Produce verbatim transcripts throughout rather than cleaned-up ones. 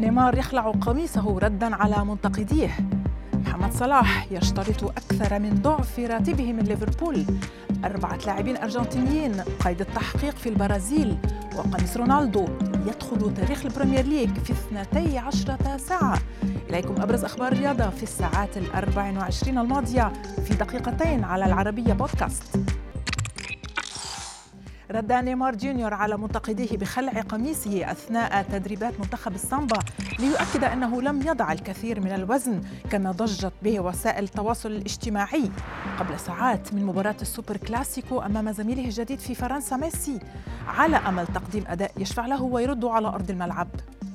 نيمار يخلع قميصه رداً على منتقديه. محمد صلاح يشترط أكثر من ضعف راتبه من ليفربول. أربعة لاعبين أرجنتينيين قيد التحقيق في البرازيل. وقميص رونالدو يدخل تاريخ البريمير ليج في اثنتي عشرة ساعة. إليكم أبرز أخبار الرياضة في الساعات الأربع وعشرين الماضية في دقيقتين على العربية بودكاست. رد نيمار جونيور على منتقديه بخلع قميصه أثناء تدريبات منتخب السامبا ليؤكد أنه لم يضع الكثير من الوزن كما ضجت به وسائل التواصل الاجتماعي قبل ساعات من مباراة السوبر كلاسيكو أمام زميله الجديد في فرنسا ميسي، على أمل تقديم أداء يشفع له ويرد على أرض الملعب.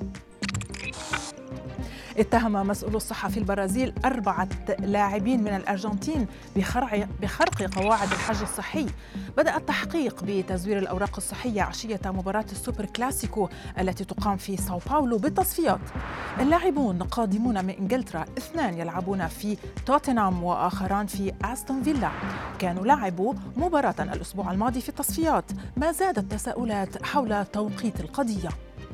اتهم مسؤول الصحة في البرازيل أربعة لاعبين من الأرجنتين بخرق قواعد الحجر الصحي. بدأ التحقيق بتزوير الأوراق الصحية عشية مباراة السوبر كلاسيكو التي تقام في ساو باولو بالتصفيات. اللاعبون قادمون من إنجلترا، اثنان يلعبون في توتنهام وآخران في أستون فيلا. كانوا لعبوا مباراة الأسبوع الماضي في التصفيات، ما زاد التساؤلات حول توقيت القضية.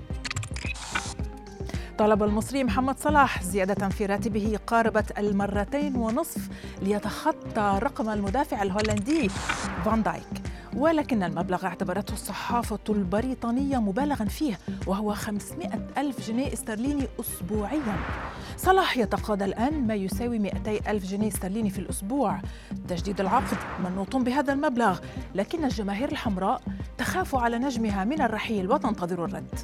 طلب المصري محمد صلاح زيادة في راتبه قاربت المرتين ونصف ليتخطى رقم المدافع الهولندي فان دايك، ولكن المبلغ اعتبرته الصحافة البريطانية مبالغا فيه وهو خمسمائة ألف جنيه استرليني أسبوعيا. صلاح يتقاضى الآن ما يساوي مئتي ألف جنيه استرليني في الأسبوع. تجديد العقد منوط بهذا المبلغ، لكن الجماهير الحمراء تخاف على نجمها من الرحيل وتنتظر الرد.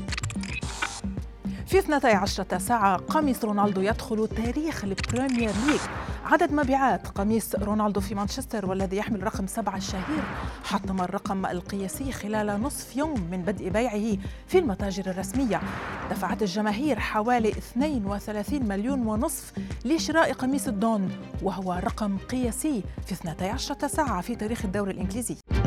في اثنتي عشرة ساعة قميص رونالدو يدخل تاريخ البريمير ليج. عدد مبيعات قميص رونالدو في مانشستر والذي يحمل رقم سبعة الشهير حطم الرقم القياسي خلال نصف يوم من بدء بيعه في المتاجر الرسمية. دفعت الجماهير حوالي اثنين وثلاثين مليون ونصف لشراء قميص الدون، وهو رقم قياسي في اثنتي عشرة ساعة في تاريخ الدوري الإنجليزي.